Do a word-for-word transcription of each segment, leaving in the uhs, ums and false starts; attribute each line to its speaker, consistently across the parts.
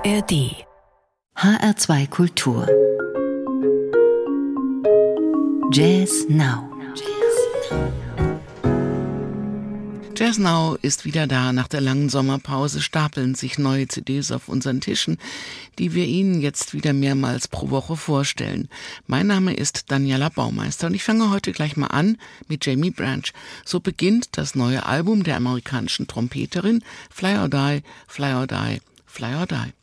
Speaker 1: R D H R zwei Kultur Jazz Now.
Speaker 2: Jazz Now ist wieder da. Nach der langen Sommerpause stapeln sich neue C Ds auf unseren Tischen, die wir Ihnen jetzt wieder mehrmals pro Woche vorstellen. Mein Name ist Daniela Baumeister und ich fange heute gleich mal an mit Jaimie Branch. So beginnt das neue Album der amerikanischen Trompeterin Fly or Die, Fly or Die, Fly or Die.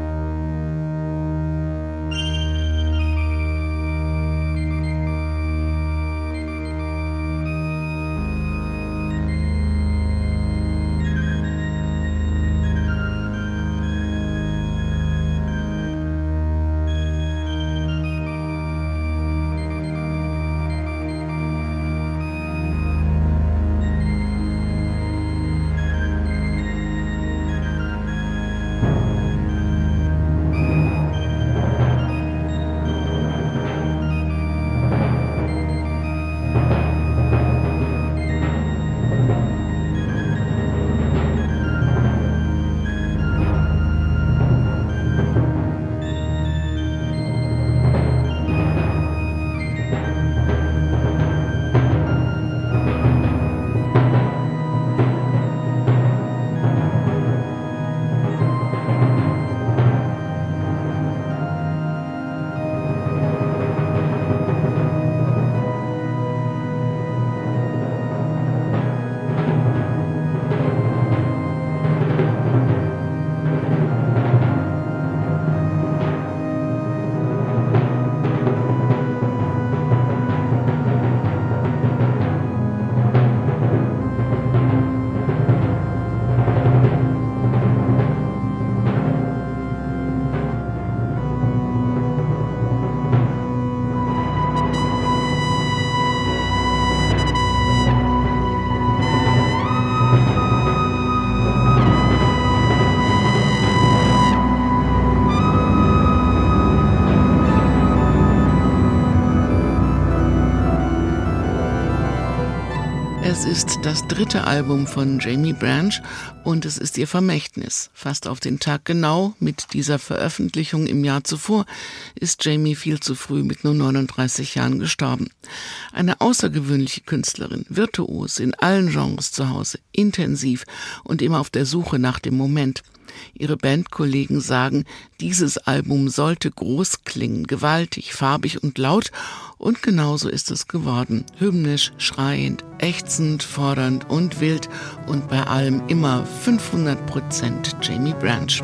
Speaker 2: Es ist das dritte Album von Jaimie Branch und es ist ihr Vermächtnis. Fast auf den Tag genau mit dieser Veröffentlichung im Jahr zuvor ist Jaimie viel zu früh mit nur neununddreißig Jahren gestorben. Eine außergewöhnliche Künstlerin, virtuos, in allen Genres zu Hause, intensiv und immer auf der Suche nach dem Moment. Ihre Bandkollegen sagen, dieses Album sollte groß klingen, gewaltig, farbig und laut, und genauso ist es geworden. Hymnisch, schreiend, ächzend, fordernd und wild und bei allem immer fünfhundert Prozent Jaimie Branch.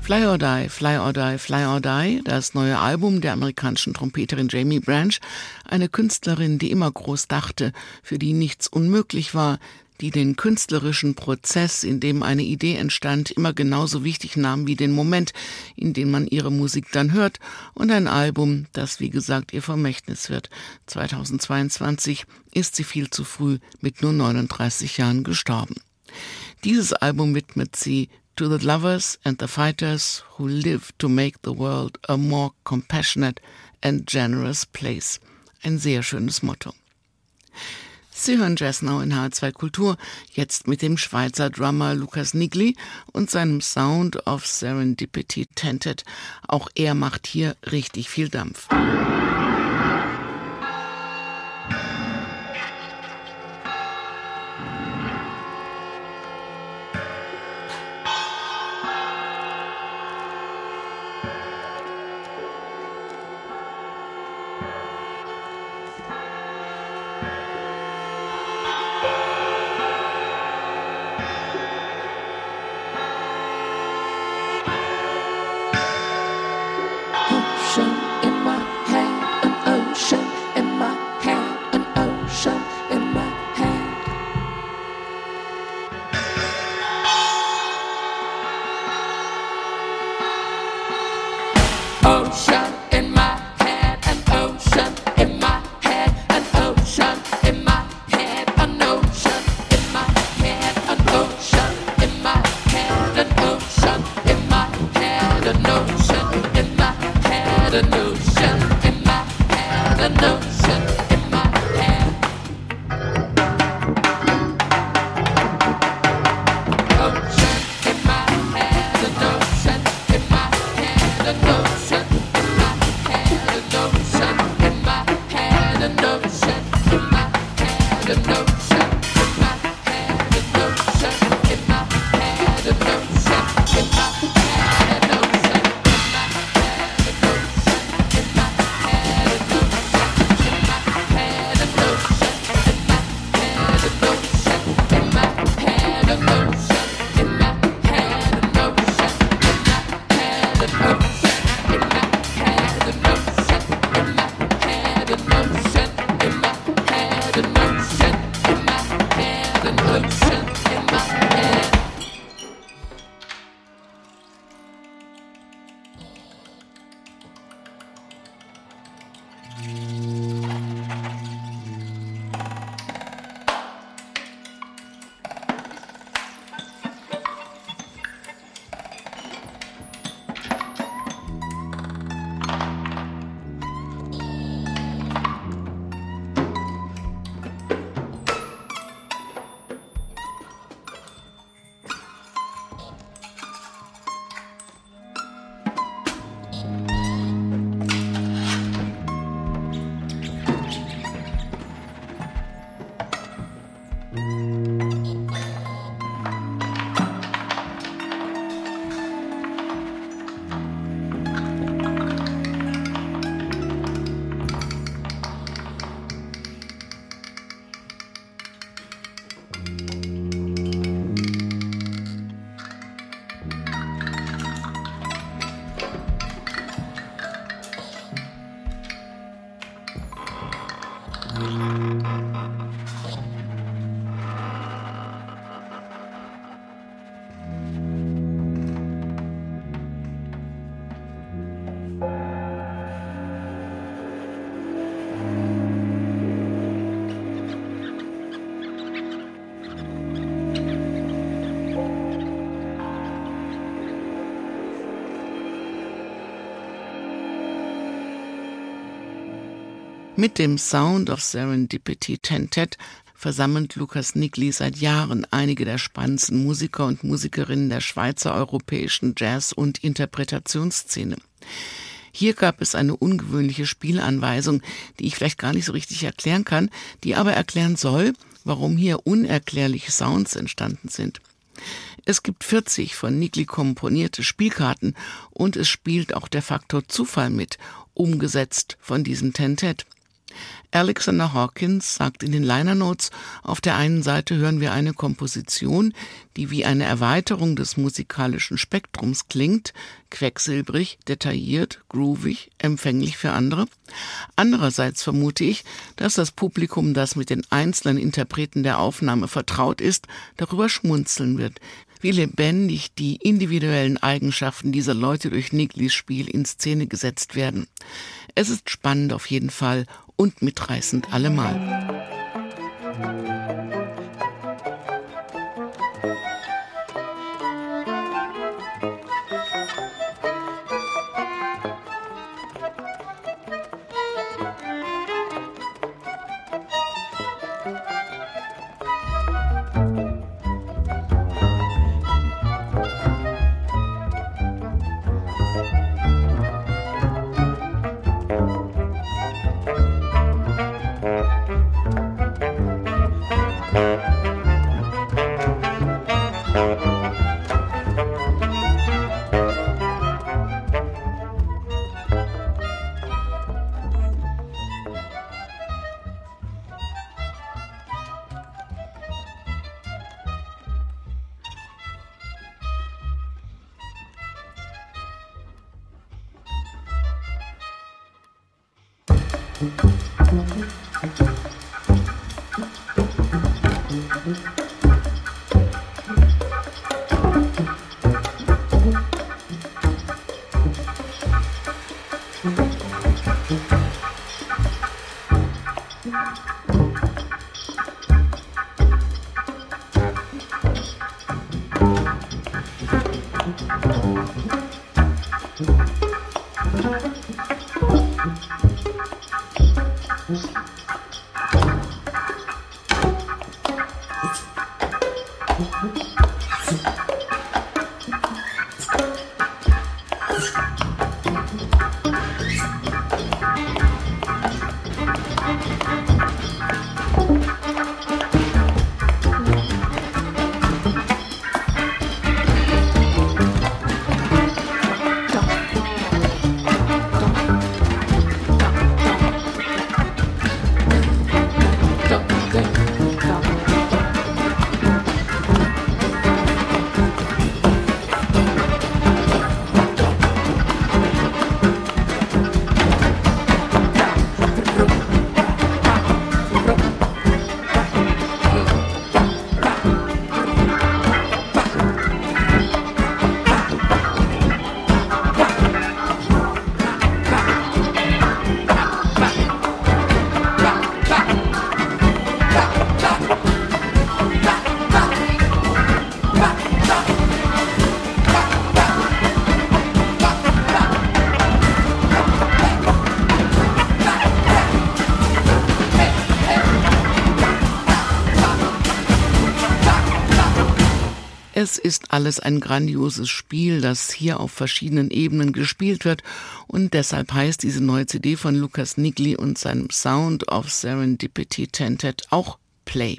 Speaker 2: Fly or Die, Fly or Die, Fly or Die, das neue Album der amerikanischen Trompeterin Jaimie Branch, eine Künstlerin, die immer groß dachte, für die nichts unmöglich war, die den künstlerischen Prozess, in dem eine Idee entstand, immer genauso wichtig nahm wie den Moment, in dem man ihre Musik dann hört, und ein Album, das wie gesagt ihr Vermächtnis wird. zweitausendzweiundzwanzig ist sie viel zu früh mit nur neununddreißig Jahren gestorben. Dieses Album widmet sie To the lovers and the fighters who live to make the world a more compassionate and generous place. Ein sehr schönes Motto. Sie hören Jazz Now in H R zwei Kultur, jetzt mit dem Schweizer Drummer Lucas Nigli und seinem Sound of Serendipity Tented. Auch er macht hier richtig viel Dampf. Mit dem Sound of Serendipity Tentet versammelt Lucas Nigli seit Jahren einige der spannendsten Musiker und Musikerinnen der Schweizer europäischen Jazz- und Interpretationsszene. Hier gab es eine ungewöhnliche Spielanweisung, die ich vielleicht gar nicht so richtig erklären kann, die aber erklären soll, warum hier unerklärliche Sounds entstanden sind. Es gibt vierzig von Nigli komponierte Spielkarten und es spielt auch der Faktor Zufall mit, umgesetzt von diesem Tentett. Alexander Hawkins sagt in den Liner Notes, auf der einen Seite hören wir eine Komposition, die wie eine Erweiterung des musikalischen Spektrums klingt, quecksilbrig, detailliert, groovig, empfänglich für andere. Andererseits vermute ich, dass das Publikum, das mit den einzelnen Interpreten der Aufnahme vertraut ist, darüber schmunzeln wird, wie lebendig die individuellen Eigenschaften dieser Leute durch Niglis Spiel in Szene gesetzt werden. Es ist spannend auf jeden Fall und mitreißend allemal. Es ist alles ein grandioses Spiel, das hier auf verschiedenen Ebenen gespielt wird und deshalb heißt diese neue C D von Lucas Nigli und seinem Sound of Serendipity Tentet auch Play.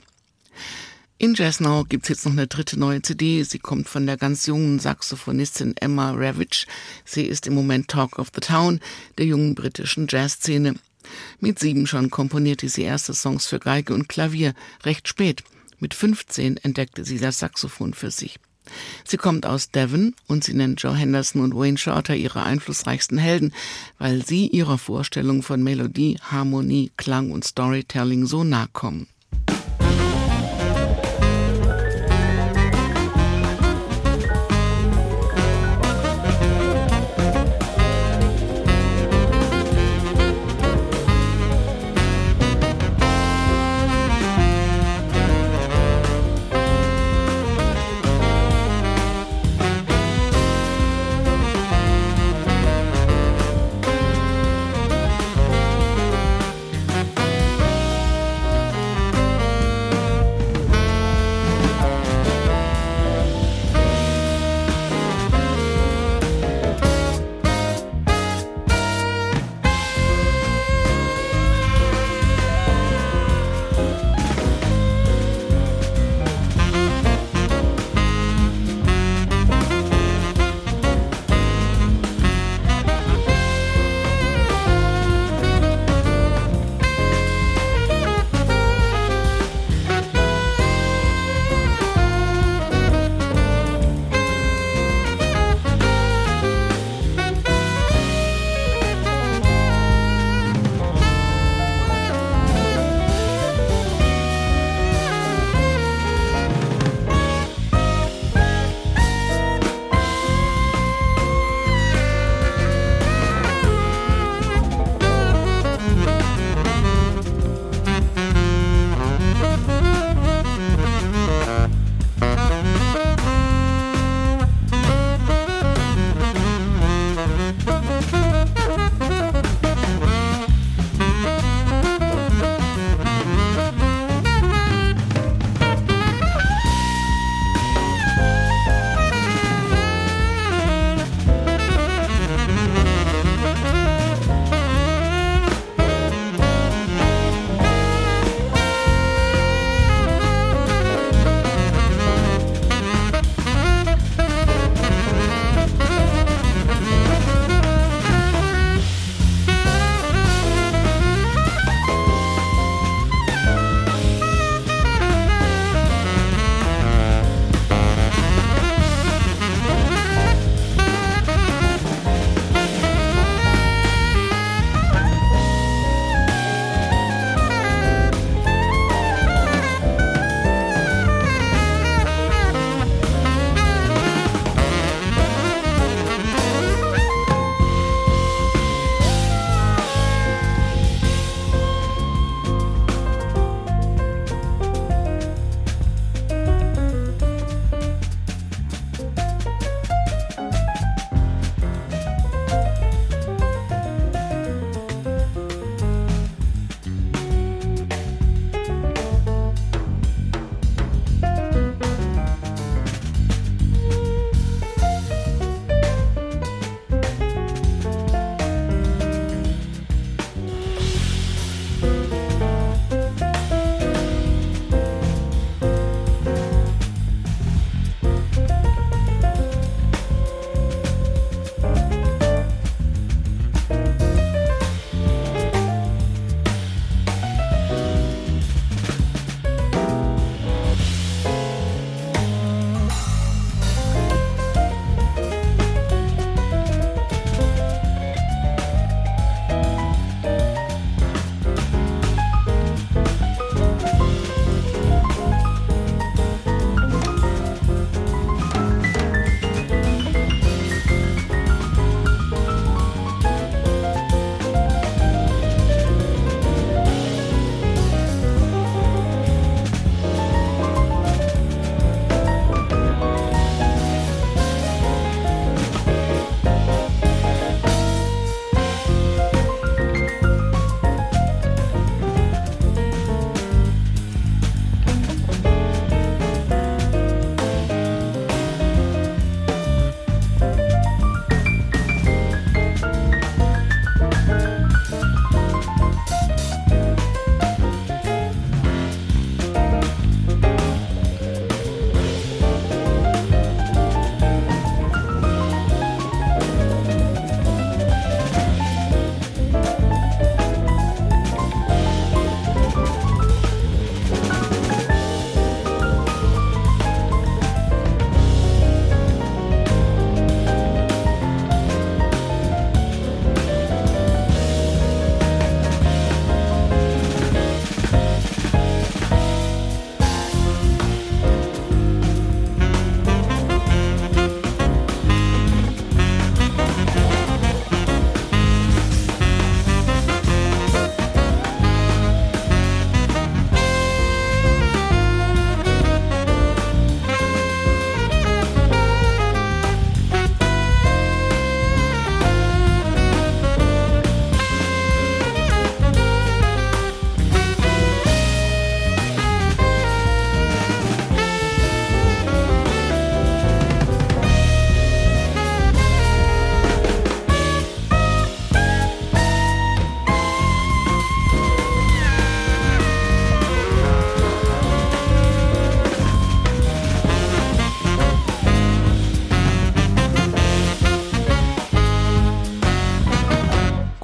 Speaker 2: In Jazz Now gibt's jetzt noch eine dritte neue C D. Sie kommt von der ganz jungen Saxophonistin Emma Ravitch. Sie ist im Moment Talk of the Town der jungen britischen Jazzszene. Mit sieben schon komponierte sie erste Songs für Geige und Klavier, recht spät. Mit fünfzehn entdeckte sie das Saxophon für sich. Sie kommt aus Devon und sie nennt Joe Henderson und Wayne Shorter ihre einflussreichsten Helden, weil sie ihrer Vorstellung von Melodie, Harmonie, Klang und Storytelling so nahe kommen.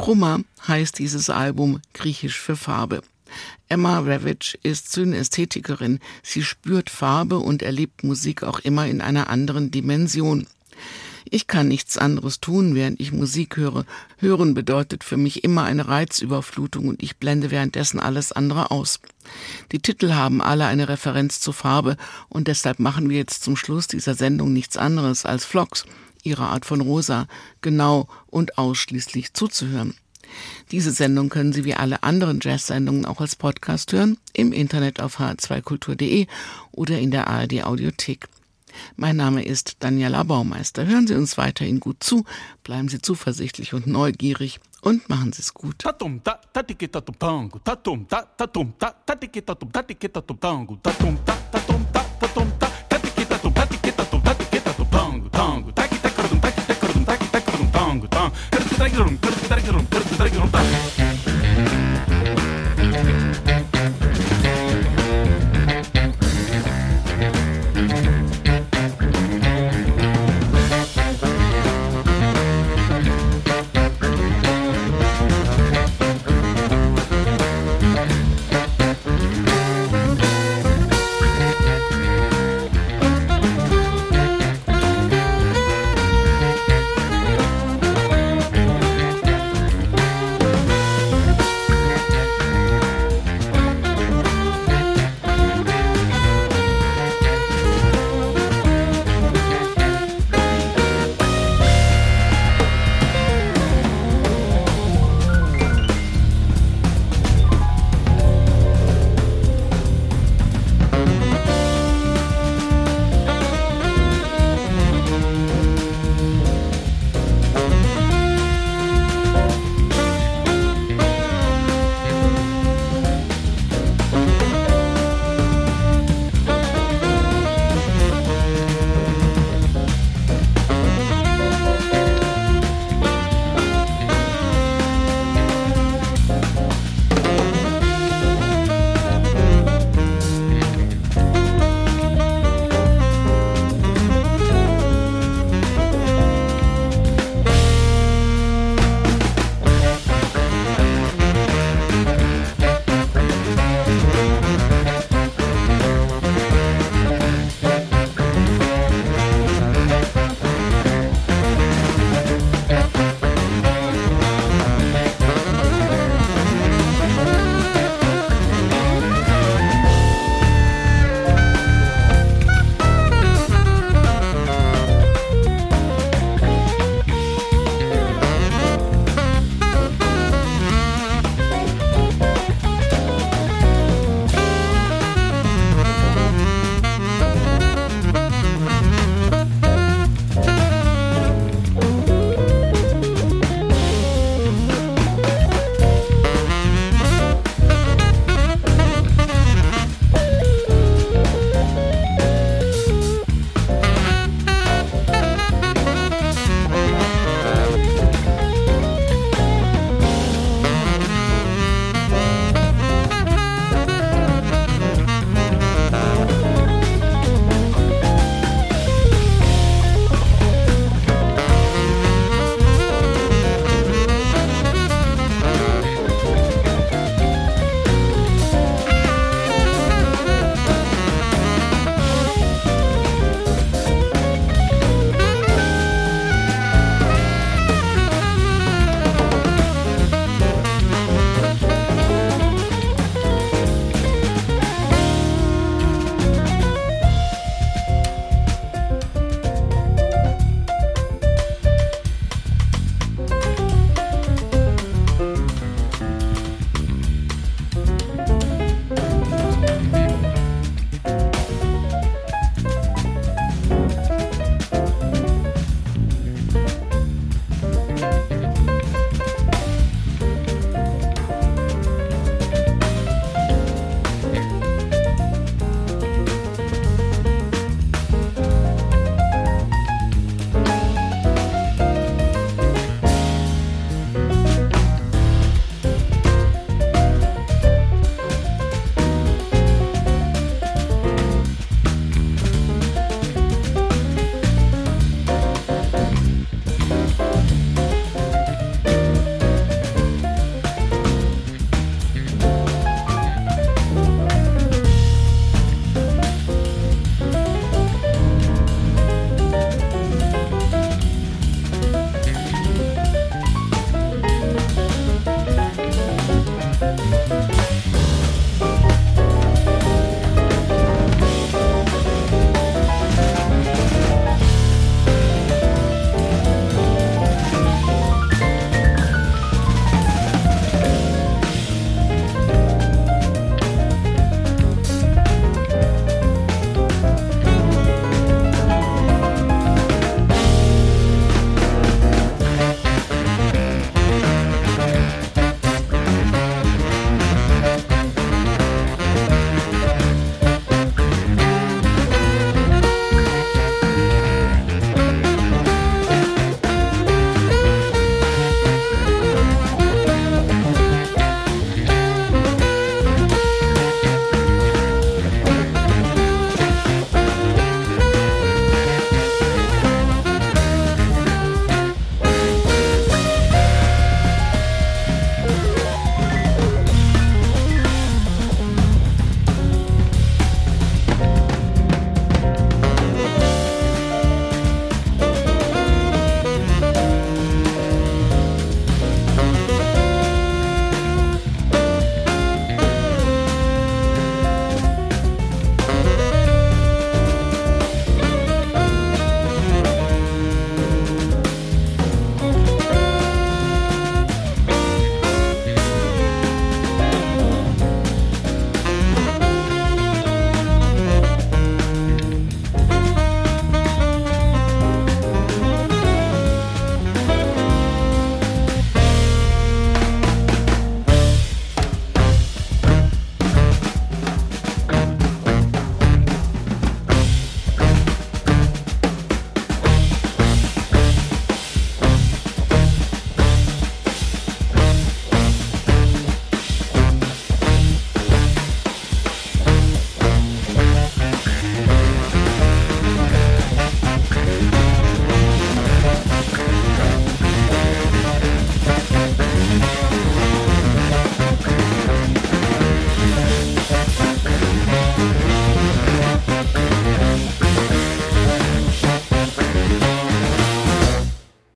Speaker 2: Chroma heißt dieses Album griechisch für Farbe. Emma Ravitch ist Synästhetikerin. Sie spürt Farbe und erlebt Musik auch immer in einer anderen Dimension. Ich kann nichts anderes tun, während ich Musik höre. Hören bedeutet für mich immer eine Reizüberflutung und ich blende währenddessen alles andere aus. Die Titel haben alle eine Referenz zur Farbe und deshalb machen wir jetzt zum Schluss dieser Sendung nichts anderes als Phlox, ihre Art von Rosa, genau und ausschließlich zuzuhören. Diese Sendung können Sie wie alle anderen Jazz-Sendungen auch als Podcast hören, im Internet auf h r zwei kultur punkt d e oder in der A R D-Audiothek. Mein Name ist Daniela Baumeister. Hören Sie uns weiterhin gut zu, bleiben Sie zuversichtlich und neugierig und machen Sie es gut.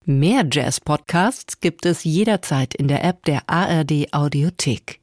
Speaker 1: Mehr Jazz-Podcasts gibt es jederzeit in der App der A R D Audiothek.